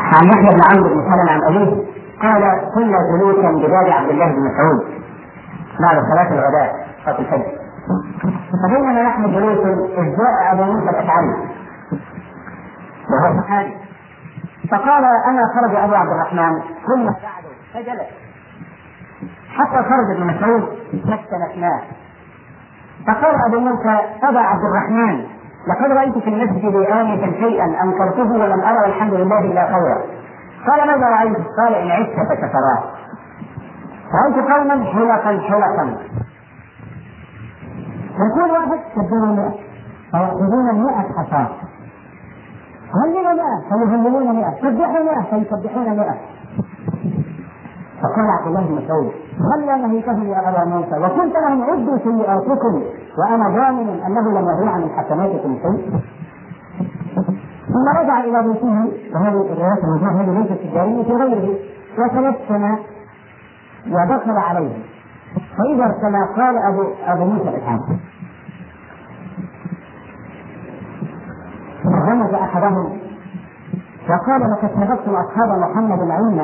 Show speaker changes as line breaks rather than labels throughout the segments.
عن يحيى بن عمرو بن سلمة عن أبيه قال كنا جلوسا بباب عبد الله بن مسعود بعد صلاة الغداء صلاة الفجر، فبينما نحن جلوس إذ جاء أبو موسى الأشعري وهو صحابي، فقال أنا خرج أبو عبد الرحمن ثم بعده فجلس حتى خرج ابن مسعود فاستنفناه، فقال أبو موسى أبا عبد الرحمن لقد رأيت في المسجد آنفا شيئا أنكرته ولم أرى والحمد لله إلا خيرا. قال ماذا رأيت؟ قال إن عشت فستراه. رأيت قوما حلقا يقول واحد كبروا 100 فيأخذون 100 حصاة، هللوا 100 فيهللون 100، سبحوا 100 فيسبحون 100. فقال عبد الله بن مسعود هلا نهيتهم يا أبا موسى وكنت لهم عدوا سيئاتكم وأنا ضامن أنه لم يضيع من حسناتكم شيء. ثم رجع إلى بيته، وهذه الروايات الموجودة هذه ليست تجارية في غيره، وتبسم ودخل عليه فإذا كما قال أبو موسى الأشعري رمز أحدهم وقال لقد سبقتم أصحاب محمد علما،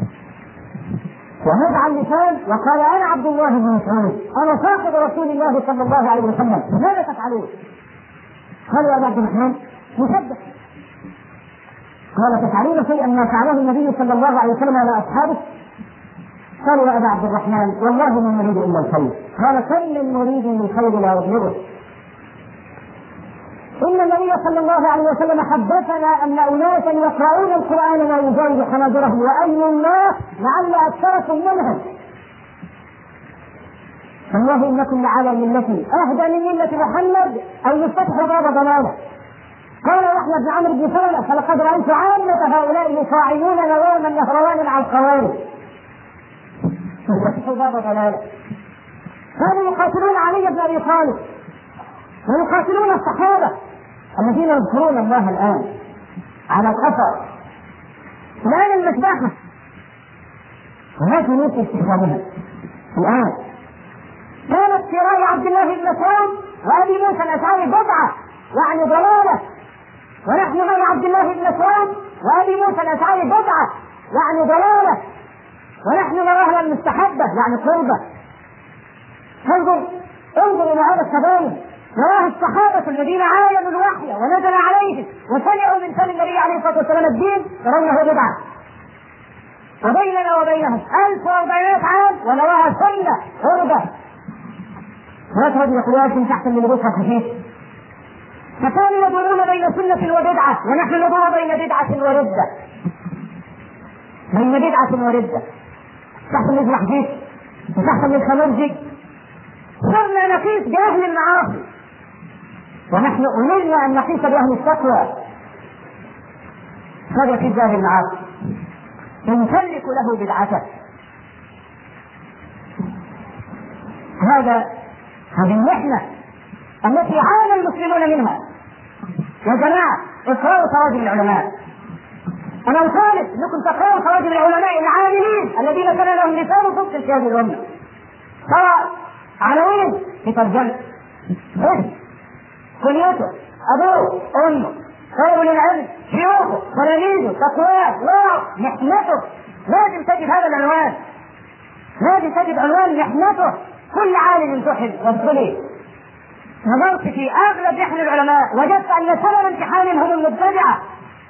ونزع اللسان وقال أنا عبد الله بن مسعود أنا صاحب رسول الله صلى الله عليه وسلم ماذا تفعلون؟ قالوا يا عبد الرحمن نسبح. قال تفعلون شيئا ما فعله النبي صلى الله عليه وسلم على أصحابه؟ قالوا يا أبا عبد الرحمن والله ما نريد إلا الخير. قال كم من مريد للخير لا يبلغه. إن النبي صلى الله عليه وسلم حدثنا أن أناسا يقرؤون القرآن لا يجاوز حناجره وأي الله لعل أكثركم منهم. والله إنكم لعلى ملتي أهدى من ملة محمد أو يفتح باب ضلاله. قال يحيى بن عمرو بن سلمة فلقد رأيت عامة هؤلاء يصاعدون نواما نهروان على الخوارج يفتح باب ضلاله. كانوا يقاتلون علي بن أبي طالب ويقاتلون الصحابة الذين يذكرون الله الآن على الأثر الآن المسبحة هناك نوت استخدامها الآن. كانت في رأي عبد الله بن مسعود وأبي موسى الأشعري بدعة يعني ضلالة، ونحن رأي عبد الله بن مسعود وأبي موسى الأشعري بدعة يعني ضلالة، ونحن نراها المستحبة يعني قربة. انظر إلى هذا التباين، نراه الصحابة الذين عاينوا الوحي ونزل عليهم وسمعوا من فم النبي عليه الصلاة والسلام الدين يرونه بدعة، وبيننا وبينهم 1400 عام ونراها سنة قربة. هذه يقولون تحت من لبسها خفيف. فكانوا يدورون بين سنة وبدعة ونحن ندور بين بدعة وردة، بين بدعة وردة، تحت من الحديث وتحت من الخمرجي. صرنا نقيس بأهل المعاصي ونحن أمرنا أن نقيس بأهل التقوى. هذا في بأهل المعاصي نمتلك له بدعته. هذه المحنة التي عانى المسلمون منها. يا جماعة اقرأوا تراجم العلماء. أنا أطالب أنكم تقرأوا تراجم العلماء العاملين الذين كان لهم لسان صدق في هذه الأمة. ترى عناوين في ترجمة كنيته أبوه أمه خير العلم شيوخه تلاميذه تقواه محنته. لازم تجد هذا العنوان، لازم تجد عنوان محنته. كل عالم تحب وابتلي. نظرت في أغلب نحن العلماء وجدت أن سبب امتحانهم هم المبتدعة،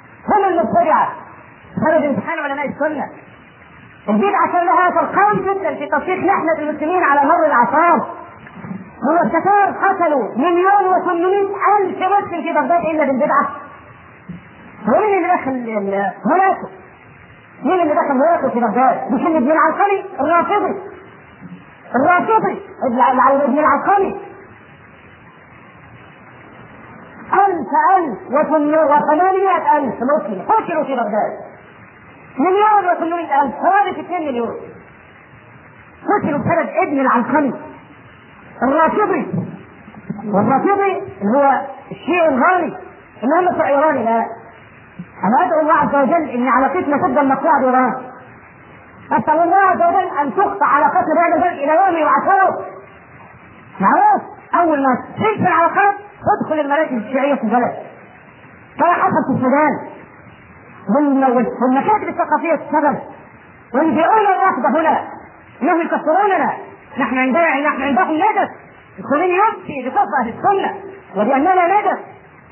سبب امتحان علماء السنة. البدعة كان لها أثر قوي جدا في تصحيح نحن المسلمين على مر الأعصار. هو التتار قتلوا 1,800,000 مسلم في بغداد إلا بالبدعة. ومين اللي دخل هولاكو؟ مين اللي دخل هولاكو في بغداد؟ محمد بن العلقمي الرافضي ابن العلقمي. 1,800,000 مسلم قتلوا في بغداد. 1,800,000 حوالي 2 مليون قتلوا بسبب ابن العلقمي الرافضي. والرافضي اللي هو الشيعي الغالي انهم في ايران الان. انا ادعو الله عز وجل ان علاقتنا تفضل مقطوعه بايران. اسال الله عز وجل ان تقطع علاقتنا بهذا البلد الى يوم يبعثوه. معروف اول ما تنشر العلاقات تدخل المراكز الشيعيه في البلد كما حصل في السودان. والمكاتب الثقافيه السبب والجئون الرافضه هنا انهم يكفروننا. نحن عندهم ندس. الخميني يفتي بكفر اهل السنه وباننا ندس.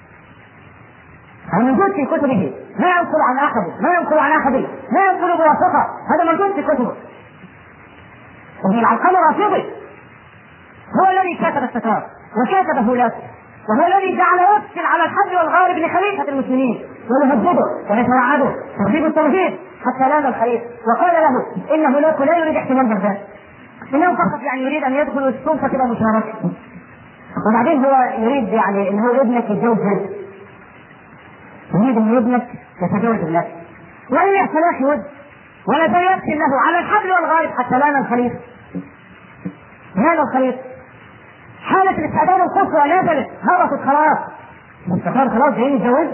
هذا موجود في كتبه، ما ينقل عن احد، ما ينقل بواسطه، هذا موجود في كتبه. ابن العلقمة رافضي هو الذي كتب الفتاوى وكتب هولاته، وهو الذي جعل يفصل على الحد والغارب لخليفة المسلمين ويهدده ويتوعده تهذيب التوحيد حتى لام الخليفة، وقال له إن هولاته لا يريد احتمال بغداد، إنه فقط يعني يريد أن يدخل السلطة كده مشاركة، وبعدين هو يريد يعني إن هو ابنك يتجوز بنت، يريد أن ابنك يتجوز بنفسه، وإن يحتلاش ود ولا يبكي له على الحبل والغارب حتى لام الخليفة. هذا الخليفة حالة الاستعداد القصوى نزلت، هبطت خلاص، مستقر خلاص جايين يتجوز.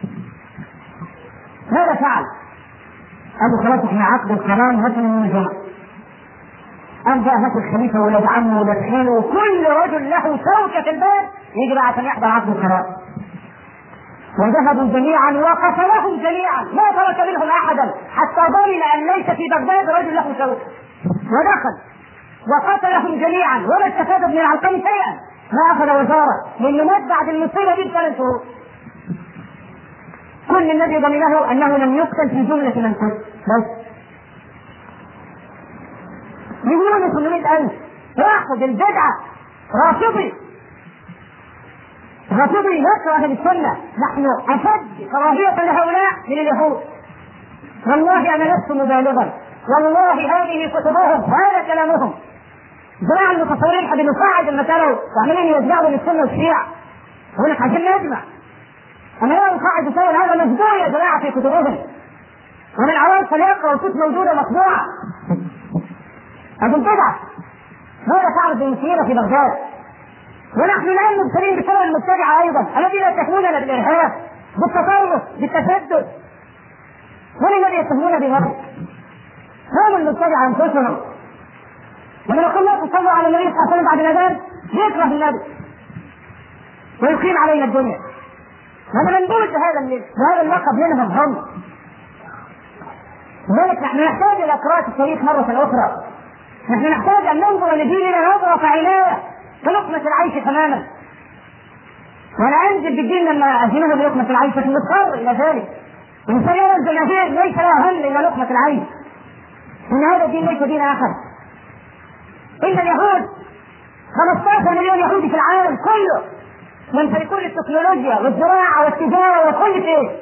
ماذا فعل؟ قالوا خلاص احنا عقد القران هاتوا من الجمعة. أرجع هات الخليفة ولاد عمه ولاد خاله وكل رجل له شوكة في الباب يجري عشان يحضر عقد القران. وذهبوا جميعا وقتلهم جميعا، ما ترك منهم احدا حتى ضمن ان ليس في بغداد رجل له شوكة، ودخل وقتلهم جميعا ولا استفاد ابن العلقمي شيئا، ما اخذ وزاره لانه مات بعد المصيبه دي ب3 شهور. كل الذي ضمنه انه لم يقتل في جمله من قتل بس 1,800,000 ياخذ البدعه. رافضي يكره السنه، نحن اشد كراهيه لهؤلاء من اليهود. والله انا لست مبالغا، والله هذه كتبهم وهذا كلامهم. جماعة المتصورين حد نصاعد المسألة وعملين يجمعوا للسنة والشيعة، يقول لك عشان نجمع. أنا لا أصاعد السنة، هذا مجموع يا جماعة في كتبهم، ومن عوام فليقرأ الكتب موجودة مطبوعة. هذه البدعة ماذا فعل بالمسلمين في بغداد؟ ونحن الآن مبتلين بسبب المبتدعة أيضا الذين يتهموننا بالإرهاب، بالتطرف، بالتشدد. من الذي يتهمون بهذا؟ هم المبتدعة أنفسهم. ولما قلنا تصلوا على النبي صلى الله عليه وسلم بعد الأذان يكره النبي ويقيم علينا الدنيا. هذا منبوذ بهذا اللقب منهم هم. لذلك نحن نحتاج إلى قراءة التاريخ مرة أخرى. نحن نحتاج أن ننظر لديننا نظرة عناية كلقمة العيش تماما. وأنا أنزل بالدين لما أهمه بلقمة العيش، لكن نضطر إلى ذلك. الإنسان يرى الجماهير ليس لها هم إلا لقمة العيش، إن هذا الدين ليس دين آخر. إن اليهود 15 مليون يهودي في العالم كله يمتلكون التكنولوجيا والزراعة والتجارة وكل شيء.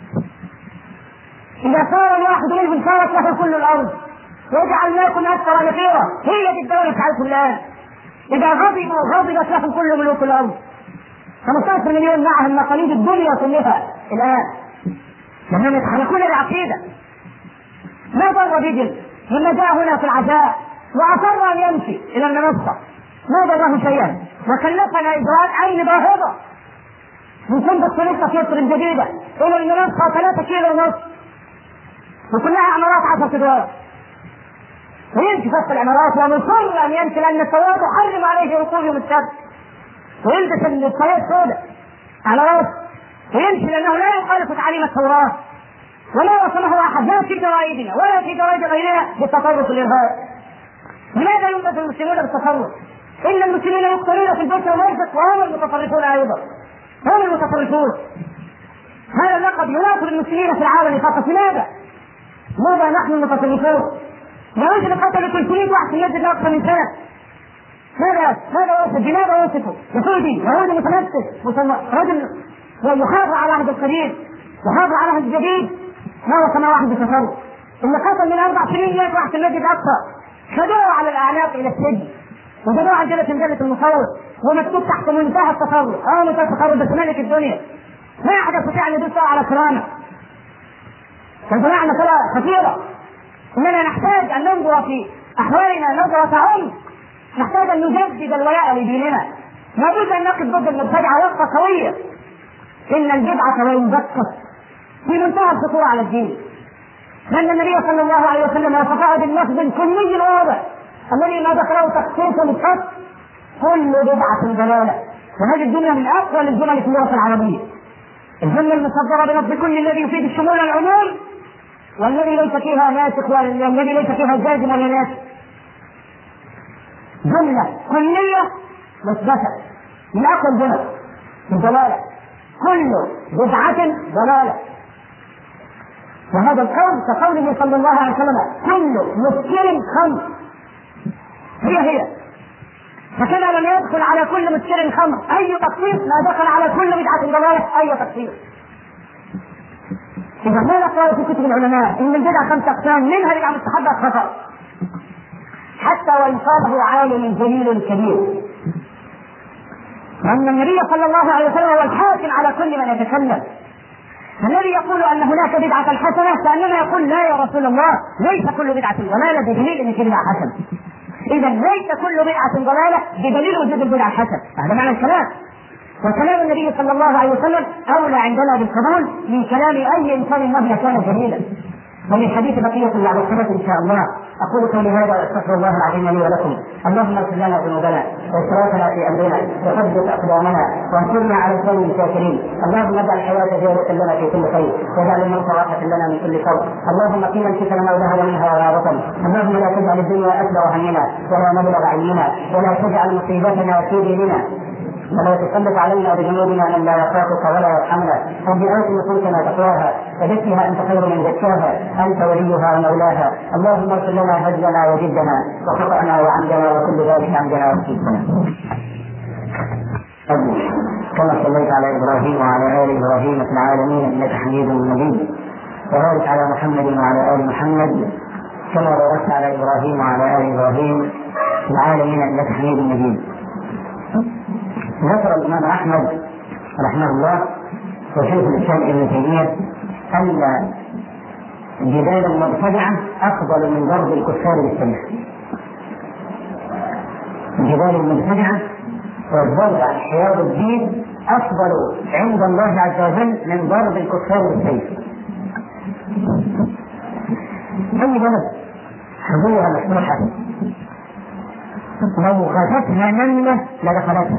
إذا صار الواحد منهم صارت له كل الأرض، وجعلناكم أكثر نفيرا. هي دي الدولة بتاعتكم الآن. إذا غضبت لهم كل ملوك الأرض. 15 مليون معهم مقاليد الدنيا كلها الآن، لأنهم يتحركون بعقيدة. ما ضر بهم لما جاء هنا في العزاء وأصر أن يمشي إلى المنصة، ما ضره شيئا، وكلفنا إجراءات عين باهظة من فندق سلطة في مصر الجديدة إلى المنصة 3 كيلو ونص، وكلها عمارات 10 أدوار، ويمشي فوق العمارات ومصر أن يمشي لأن التوراة تحرم عليه ركوب يوم السبت، ويلبس الطاقية السوداء على رأسه ويمشي لأنه لا يخالف تعاليم التوراة، ولا وصمه أحد لا في جرائدنا ولا في جرائد غيرها بالتطرف الإرهابي. لماذا ينبذ المسلمون بالتطرف؟ إن المسلمين يقتلون في البيت والمسجد وهم المتطرفون أيضا، هم المتطرفون. هذا اللقب يناقض المسلمين في العالم فقط. لماذا نحن المتطرفون؟ لرجل قتل 300 واحد في المسجد أكثر من سنة. ماذا يوصفه؟ يهودي متمسك رجل يحافظ على عهد القديم يحافظ على عهد الجديد. ما وصل واحد بتطرف اللي قتل من 4 سنين 100 واحد في المسجد الأقصى، خدوه على الأعناق إلى السجن وجدوه عندنا في مجلة المصور ومكتوب تحت منتهى التطرف. منتهى التطرف بس ملك الدنيا، ما أحد يستطيع أن يدوس على كرامة. فجماعة مسألة خطيرة، إننا نحتاج أن ننظر في أحوالنا نظرة عمق، نحتاج أن نجدد الولاء لديننا، لابد أن نقف ضد المبتدعة وقفة قوية. إن البدعة وإن بكت في منتهى الخطورة على الدين، لأن النبي صلى الله عليه وسلم وصفه باللفظ الكلي الواضح الذي ما ذكره تخصيص الخط: كل بدعة ضلالة. وهذه الجملة من أقوى الجمل في اللغة العربية. الجملة المصدرة بلفظ كل الذي يفيد الشمول والعموم، والذي ليس فيها ناسخ والذي ليس فيها جازم ولا ناسخ. جملة كلية مثبتة من أقوى الجمل في الضلالة، كل بدعة ضلالة. وهذا القول كقوله صلى الله عليه وسلم كل مسكر خمر، هي فكما لم يدخل على كل مسكر خمر أي تقصير، ما دخل على كل بدعة ضلالة أي تقصير. إذا ما قال في كتب العلماء إن البدعة 5 أقسام، منها بدعة مستحبة خطأ، حتى وإن قاله عالم جليل كبير. وأن النبي صلى الله عليه وسلم هو الحاكم على كل من يتكلم. الذي يقول أن هناك بدعة حسنة كأنما يقول لا يا رسول الله ليس كل بدعة ضلالة بدليل أن في بدعة حسنة. إذا ليس كل بدعة ضلالة بدليل وجود البدعة الحسنة، هذا معنى الكلام. وكلام النبي صلى الله عليه وسلم أولى عندنا بالقبول من كلام أي إنسان مهما كان جميلا. ومن حديث بقية بعد الصلاة إن شاء الله. أقول قولي هذا وأستغفر الله العظيم لي ولكم. اللهم اغفر لنا ذنوبنا وإسرافنا في أمرنا وثبت أقدامنا وانصرنا على القوم الكافرين. اللهم اجعل الحياة زيادة لنا في كل خير واجعل الموت راحة لنا من كل شر. اللهم قنا الفتن ما ظهر منها وما بطن. اللهم لا تجعل الدنيا أكبر همنا ولا مبلغ علمنا ولا تجعل مصيبتنا في ديننا ولا تسلط علينا بذنوبنا من لا يخافك ولا يرحمنا. رب آت نفوسنا تقواها وزكها أنت خير من زكاها أنت وليها ومولاها. اللهم اغفر لنا هزنا وجدنا وخطأنا وعمدنا وكل ذلك عندنا وكيفنا. كما صليت على إبراهيم وعلى آل إبراهيم في العالمين إنك حميد مجيد، وبارك على محمد وعلى آل محمد كما باركت على إبراهيم وعلى آل إبراهيم في العالمين إنك حميد مجيد. ذكر الإمام أحمد رحمه الله وشيخ الإسلام ابن تيمية أن جدال المبتدعة أفضل من ضرب الكفار بالسيف. جدال المبتدعة والضرب عن حياض الدين أفضل عند الله عز وجل من ضرب الكفار بالسيف. أي بلد حضورها مفتوحة لو غزتها نملة لدخلتها،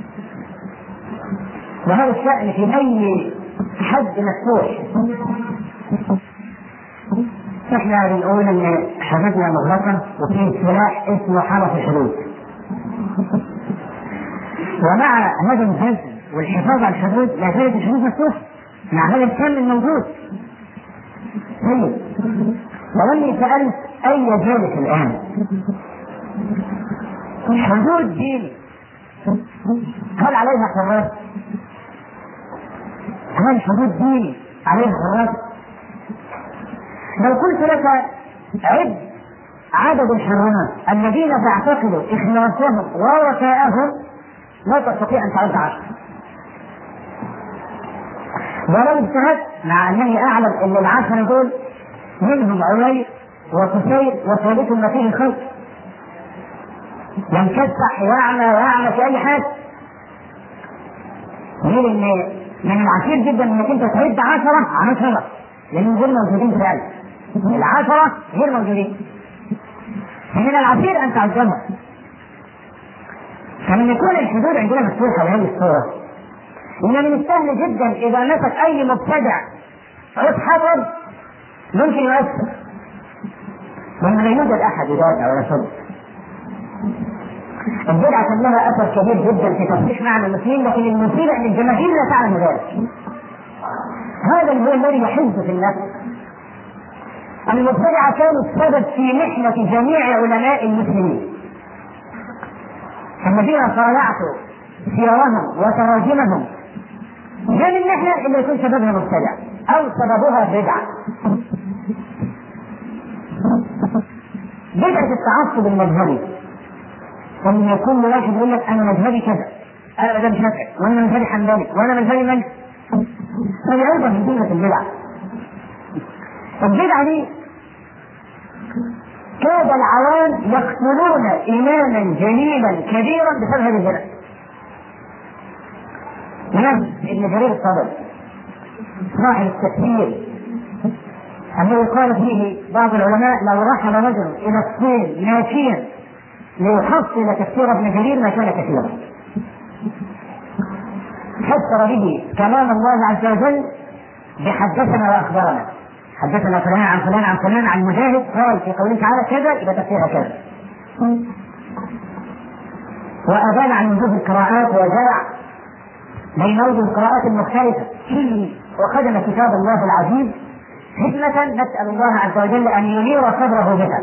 وهذا الشأن في أي حد مفتوح. احنا بنقول ان حدودنا مغلقة وفي سلاح اسمه حرس الحدود، ومع هذا الجزء والحفاظ على الحدود لا زالت الحدود مفتوحة مع هذا الكم الموجود. طيب لو اني سألت اي جالس الان حدود ديني هل عليها حراس؟ هل حدود ديني عليها حراس؟ لو قلت لك عد عدد الحرامات الذين تعتقد إخلاصهم ووفاءهم لا تستطيع أن تعد 10. ولو اجتهدت مع أنني أعلم أن 10 دول منهم عويل وكسير وثالث ما فيه الخير ينكسح ويعمى في أي حاجة. غير أن من العسير جدا أنك أنت تعد 10 لأنهم غير موجودين فعلا. 10 غير موجودين، فمن العسير أن تعدمها. فمن يكون الحدود عندنا مفتوحة بهذه الصورة إن من السهل جدا إذا مسك أي مبتدع عود حفظ ممكن يؤثر، وإن لا يوجد أحد يدافع ولا صدق. البدعة لها أثر كبير جدا في تصحيح معنى المسلمين، لكن المصيبة أن الجماهير لا تعلم ذلك. هذا هو الذي يحز في النفس. المبتدعة كانوا السبب في محنة جميع علماء المسلمين الذين طالعتوا سيرهم وتراجمهم. ما من محنة إلا يكون سببها مبتدع أو سببها بدعة. بدعة التعصب المذهبي، ومن يكون واحد يقول لك أنا مذهبي كذا، أنا مذهبي شافعي، وأنا مذهبي حنبلي، وأنا مذهبي من؟ هذه أيضا من جملة البدعة. البدعة دي كاد العوام يقتلون إماما جليلا كبيرا بسبب هذه البدعة. من ابن جرير الطبري صاحب التفسير الذي قال فيه بعض العلماء لو رحل رجل إلى الصين ماشيا ليحصل تفسير ابن جرير ما كان كثيرا. فسر به كلام الله عز وجل بحدثنا واخبرنا، حدثنا فلان عن فلان عن فلان عن مجاهد قال في قوله تعالى كذا يبقى تفسيرها كذا. وأبان عن وجوه القراءات وجمع بين وجوه القراءات المختلفة وخدم كتاب الله العزيز حكمة نسأل الله عز وجل أن ينير صدره بها.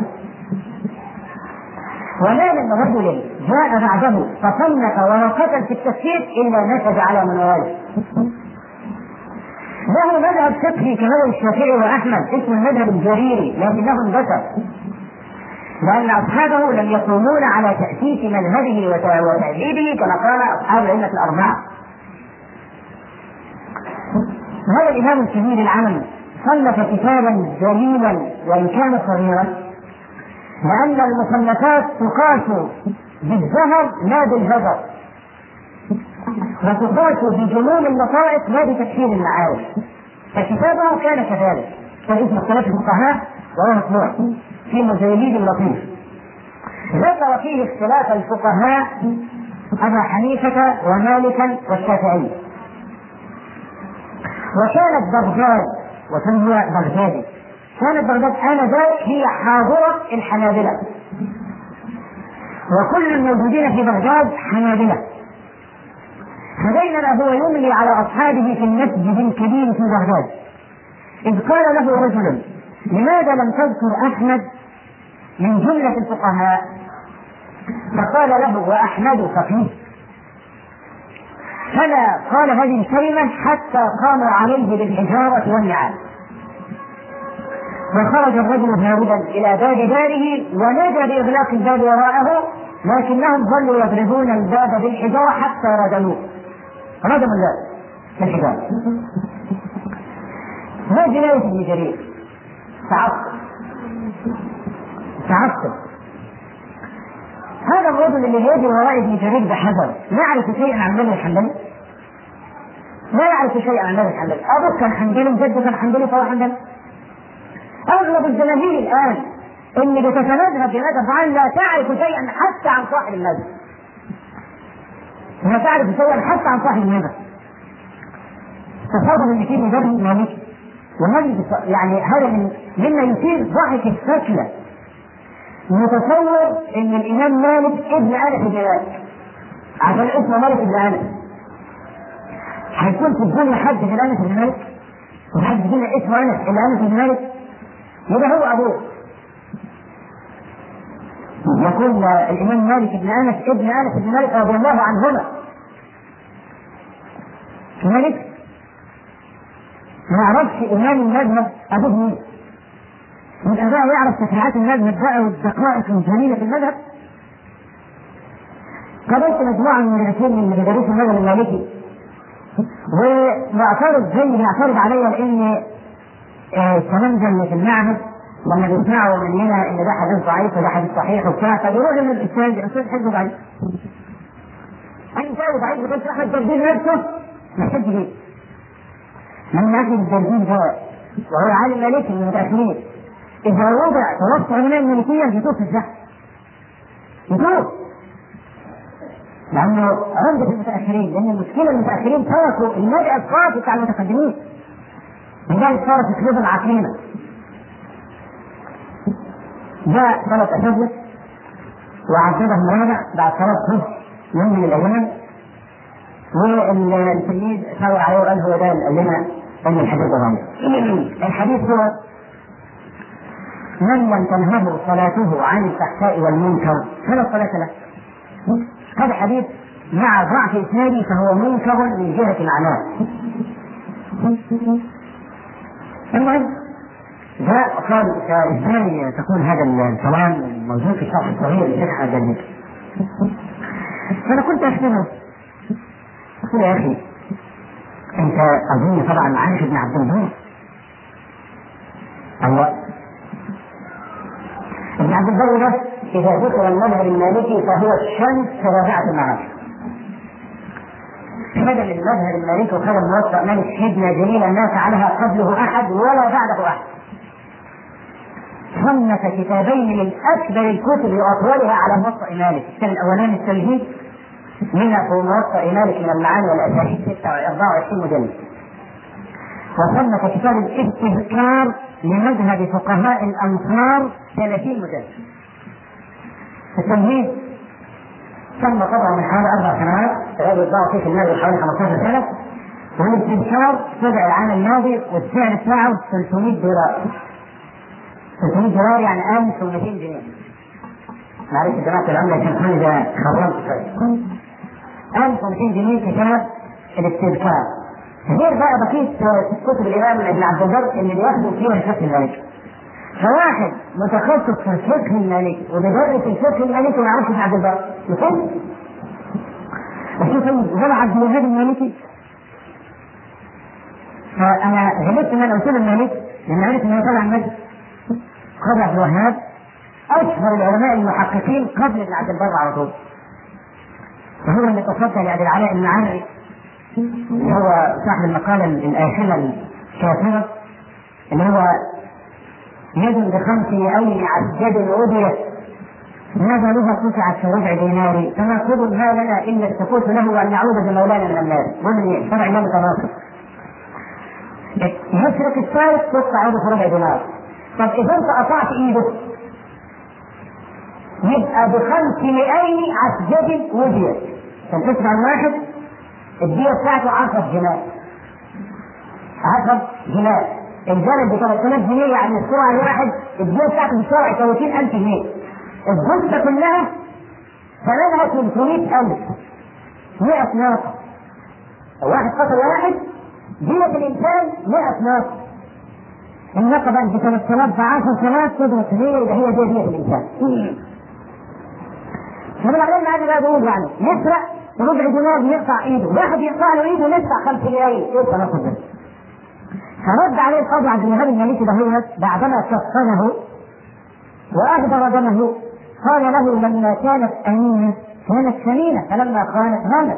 وما من رجل جاء بعده فصنف ووقف في التفسير إلا نشد على منواله. له مذهب فقهي كمذهب الشافعي وأحمد اسمه المذهب الجريري لكنه اندثر لأن أصحابه لم يقومون على تأسيس مذهبه وتأديبه كما قال أصحاب الأئمة الأربعة. هذا الإمام الكبير العالم صنف كتابا جليلا وإن كان صغيرا لأن المصنفات تقاس بالذهب لا بالهدر وتقاس بجنون اللطائف لا بتكفير المعارف، فكتابه كان كذلك كان اسمه اختلاف الفقهاء وهو مطبوع في مجلد لطيف ذكر فيه اختلاف الفقهاء أبا حنيفة ومالكا والشافعي. وكانت بغداد وسمي بغدادي كانت بغداد آنذاك هي حاضرة الحنابلة وكل الموجودين في بغداد حنابلة. فبينما هو يملي على أصحابه في المسجد الكبير في بغداد إذ قال له رجل لماذا لم تذكر أحمد من جملة الفقهاء؟ فقال له وأحمد فقيه. فلا قال هذه الكلمة حتى قاموا عليه بالحجارة والنعال. وخرج الرجل هاربا إلى باب داره ونادى بإغلاق الباب وراءه لكنهم ظلوا يضربون الباب بالحجارة حتى ردموه الباب بالحجارة. ما جناية ابن جرير؟ تعصب. هذا الرجل اللي يجري وراء ابن جرير بحذر يعرف شيئا عن مذهب الحنبلي؟ لا يعرف شيئا عن مذهب الحنبلي. أبوك كان حنبلي وجدك كان حنبلي فهو حنبلي. أغلب الجماهير الآن اللي بتتمذهب بمذهب معين لا تعرف شيئا حتى عن صاحب المذهب. لا تعرف شيئا حتى عن صاحب المذهب. تصور ان في مذهب مالكي ومجلس يعني هذا مما يثير ضحك السكلة. متصور ان الامام مالك ابن انس بن مالك عشان اسمه مالك ابن انس هيكون في الدنيا حد في انس بن مالك وحد في الدنيا اسمه انس الا انس بن مالك يبقى هو ابوه. يقول الامام مالك ابن انس ابن انس بن مالك رضي الله عنهما. مالك ما يعرفش امام المذهب ابوه مين؟ يبقى بقى يعرف تفريعات المذهب بقى والدقائق الجميله في المذهب. قابلت مجموعه من المدرسين من مدارس المذهب المالكي ومعترض زي اللي معترض عليا لان التمنجل في المعهد لما بيسمعوا مننا ان ده حديث ضعيف وده حديث صحيح وبتاع فبيروحوا من الاستاذ حفظه ضعيف. اي شيء ضعيف بس احمد تبديل نفسه محتاج ليه؟ من أخذ الترجيح ده وهو عالم مالكي من المتأخرين إذا وضع توسع من الملكية يطوف في الزحف يطوف لأنه عمدة المتأخرين لأن المشكلة المتأخرين تركوا المبدأ الصافي بتاع المتقدمين لذلك صارت تكلفة عقيمة. جاء 3 أساتذة وعذبهم رابع بعد 3 خبز يوم من الأيام والتلميذ شاور عليه وقال هو ده اللي قال لنا ان الحديث غلط. الحديث هو من لم تنهه صلاته عن الفحشاء والمنكر فلا صلاة له. هذا حديث مع ضعف اسناده فهو منكر من جهة معناه. المهم جاء قال ازاي تكون هذا الكلام موجود في الشرح الصغير لشيخ الجنة. فانا كنت اشتغل قلت يا اخي انت اظن طبعا عارف ابن عبد البر. الله ابن عبد البر ده اذا ذكر المذهب المالكي فهو الشمس في رابعة النهار. خدم المذهب المالكي وخدم موطأ مالك خدمة جليلة ما فعلها قبله احد ولا بعده احد. صنف كتابين من اكبر الكتب واطولها على موطأ مالك. الكتاب الاولاني التمهيد منها في موطأ مالك من المعاني والأساليب 24 مجلد. وصنف كتاب الاستذكار لمذهب فقهاء الأمصار 30 مجلد. التمهيد تم طبعا من حوالي 4 سنوات، غير الضوء فيه في الماضي حوالي 15 سنة. والاستذكار بدأ العام الماضي والسعر بتاعه 300 دولار. 300 دولار يعني 1200 جنيه. معلش جماعة العملة عشان حاجة خرمت شوية. 1200 جنيه كتاب الاستذكار. غير بقى بقية كتب الإمام ابن عبد البر اللي بياخدوا فيها الفقه المالكي. فواحد متخصص في الفقه المالكي وبيدرس الفقه المالكي ما يعرفش ابن عبد البر مثل الشيخ جمع عبد الوهاب المالكي. فأنا غلبت ان انا قلت له المالكي لما عرفت ان هو طلع مجد قاضي عبد الوهاب اشهر العلماء المحققين قبل ابن عبد البر على طول. وهو اللي تصدى لعبد العلاء المعري اللي هو صاحب المقالة الآخرة الكافرة اللي هو يد ب5 أيام عسجد الأودية ماذا لها قطعت في ربع دينار فما قبل ما لنا إلا السكوت له وأن نعوذ بمولانا من النار. ومن شرع الله متناقض. يسرق السارق تقطع يده في ربع دينار. طب إذا أنت قطعت إيده يبقى ب500 عسجد أودية. فالقطع الواحد الدية بتاعته 10 جنيه. 10 جنيه. الجلد ب 3000 جنيه يعني السرعة الواحد الدية بتاعته في الشارع 30000 جنيه. الجثة كلها ثمنها 300000. 100 ناقة. واحد قتل واحد دية الإنسان 100 ناقة. الناقة بقى ب 3000 ب 10000 تضرب ليه يبقى هي دية الإنسان. فمن علينا هذا بقى بقول يعني يسرق ربع دينار يقطع ايده، واحد يقطع له ايده ندفع 5 جنيه يقطع ناخد منه. فرد عليه القاضي عبد الوهاب المالكي دهوت بعدما كفنه واهدر دمه قال له لما كانت امينه كانت ثمينه فلما خانت هانت.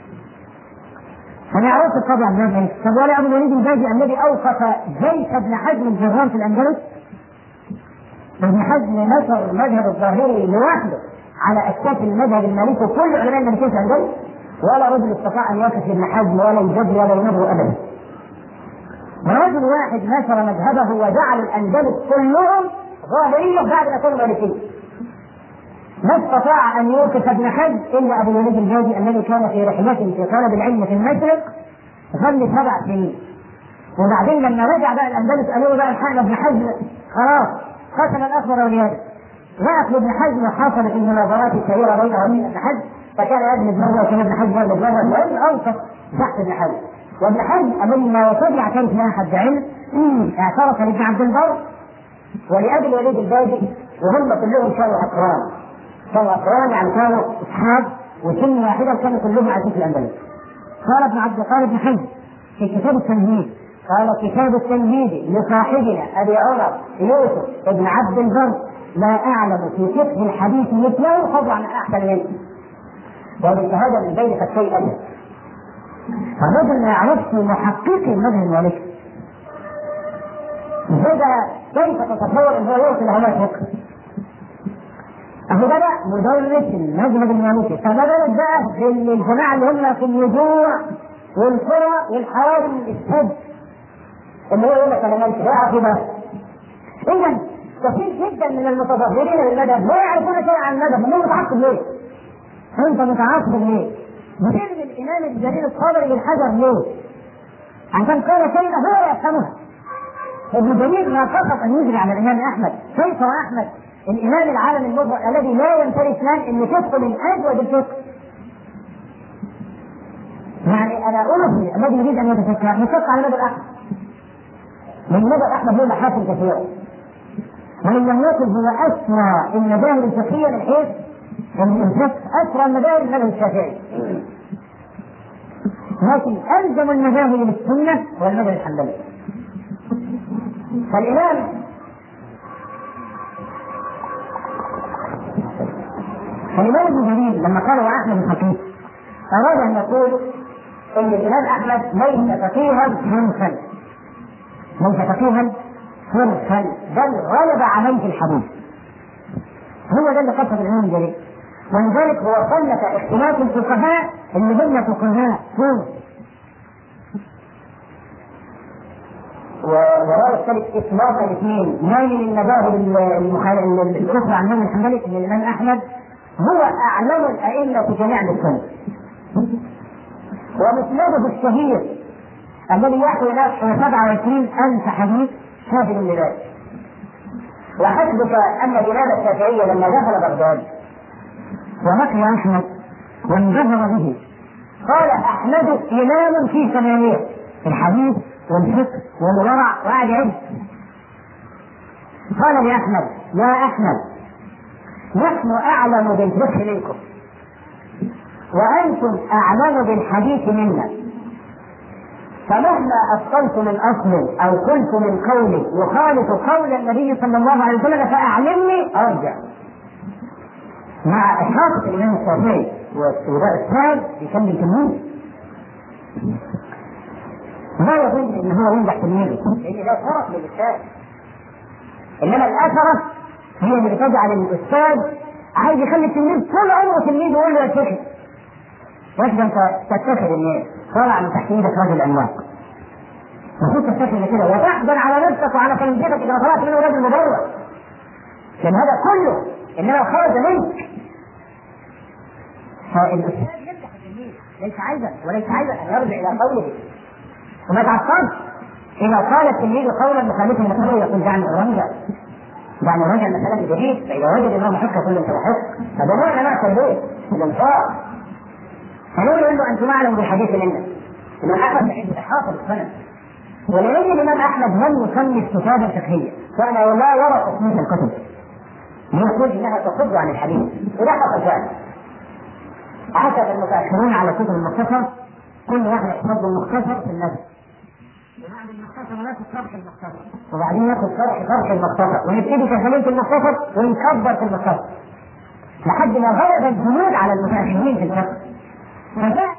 فانا عرفت القاضي عبد الوهاب المالكي. طب ولا ابو الوليد الباجي الذي اوقف جيش ابن حزم الجرام في الاندلس؟ ابن حزم نشر مذهب الظاهري لوحده على اساس المذهب المالكي وكل علماء المالكيه في الاندلس ولا رجل استطاع ان يقف ابن حزم ولا يجد ولا ينبه ابدا. ورجل واحد نشر مذهبه وجعل الاندلس كلهم ظاهريه بعد ما كانوا مالكيه. ما استطاع ان يوقف ابن حزم الا ابو الوليد الباجي الذي كان في رحلته في طلب العلم في المشرق ظل 7 سنين. وبعدين لما رجع بقى الاندلس قالوا له بقى الحقنا ابن حزم خلاص قسم الاخضر واليابس. وقف ابن حزم وحصلت المناظرات الكبيره بينه وبين ابن حزم فكان يجلد مره وكان ابن حزم يجلد مره وابن اوقف تحت ابن حزم. وابن حزم امام ما يصير يعترف لها حد علم اعترف لابن عبد البر ولابي الوليد الباجي وهم كلهم كانوا اقران. كانوا اقران يعني كانوا اصحاب وسن واحده كانوا كلهم عايشين في الاندلس. قال ابن حزم في كتاب التمهيد قال كتاب التمهيد لصاحبنا ابي عمر يوسف ابن عبد البر لا اعلم في فقه الحديث مثله طبعا احسن منه. وبالشهاده من بين فتي ابي. فالرجل ما يعرفش محققي المذهب المالكي. هذا كيف تتصور ان هو يوصل لهذا الفقه؟ اهو ده مدرس المذهب المالكي. فما بالك بقى بالجماعه اللي هم في النجوع والقرى والحواري السد اللي هو يقول لك انا مالكي لا اعرف ده. اذا كثير جدا من المتظاهرين بالمذهب لا يعرفون شيئا عن المذهب. هم متعصب ليه؟ انت متعصب ليه؟ بتعمل الامام الجليل الطبري بالحجر ليه؟ عشان قال شيء هو يفهمها. ابن جرير ما فقط ان يجري على الامام احمد كيف واحمد الامام العالم المبرر الذي لا ينتهي اثنان ان فقه من اجود الفقه. يعني انا اقول الذي يريد ان يتفكر نفق على مذهب احمد. من مذهب احمد له محاسن كثيره. ومن لم يكن هو اسرى المذاهب الفقهيه من حيث الفقه اسرى المذاهب المذهب الشافعي. لكن الزم المذاهب للسنه والمذهب الحنبلي. فالامام ابن جرير لما قال واحمد الفقيه اراد ان يقول ان الامام احمد ليس فقيها فرخا. ليس فقيها فرخا بل غلب عليه الحديث. هو ده اللي قصد الامام الجليل. ولذلك هو صنف اختلاف الفقهاء اللي هم فقهاء سنة. وراء الثالث إطلاق الاثنين مايل المذاهب الأخرى عن الإمام الحنبلي من الإمام أحمد هو أعلم الأئمة في جميع السنة، ومسنده الشهير الذي يحوي نحو 27,000 حديث شاهد لذلك. وحسبك أن الإمام الشافعي لما دخل بغداد ولقي أحمد وانبهر به قال أحمد إمام في ثمانية في الحديث والفقه والورع وقعد يعد. قال لأحمد يا أحمد نحن أعلم بالفقه منكم وأنتم أعلم بالحديث منا، فمهما أصلت من أصل أو قلت من قول يخالف قول النبي صلى الله عليه وسلم فأعلمني أرجع. مع إحاطة الإمام الشافعي والأستاذ يكمل تلميذ لا يظن ان هو ينجح تلميذه لان ده شرف للاستاذ، انما الاثره هي اللي بتجعل الاستاذ عايز يخلي التلميذ طول عمره تلميذ ويقول له يتفق يجب ان تتخذ الناس طالع من تحت ايدك راجل عملاق المفروض تتخذ كده وتحزن على نفسك وعلى تلميذك اذا طلعت منه راجل مبرر، لان هذا كله انما خرج منك. فالاستاذ ينجح التلميذ وليس عايزا ان يرجع الى قوله وما تعصبش إذا قال التلميذ قولا مخالفا لقوله يقول دعني أراجع المسألة بجديد، فإذا وجد أنه محق كل تحق هذا نوع من أنواع التربية الإنصاف. فنقول له أنتم أعلم بالحديث منا. الإمام أحمد عنده إحاطة بالسند، ولأن الإمام أحمد لم يصنف كتابا فقهيا كان لا يرى تصنيف الكتب ليقول إنها تصد عن الحديث، وده حصل فعلا. عكف المتأخرون على كتب المختصر، كل واحد يحفظ المختصر في النبي وبعد المختصر ناخد شرح المختصر وبعدين ياخد شرح المختصر ونبتدي تسليم في المختصر ونكبر في المختصر لحد ما غلب الجنود على المتأخرين في الفقه.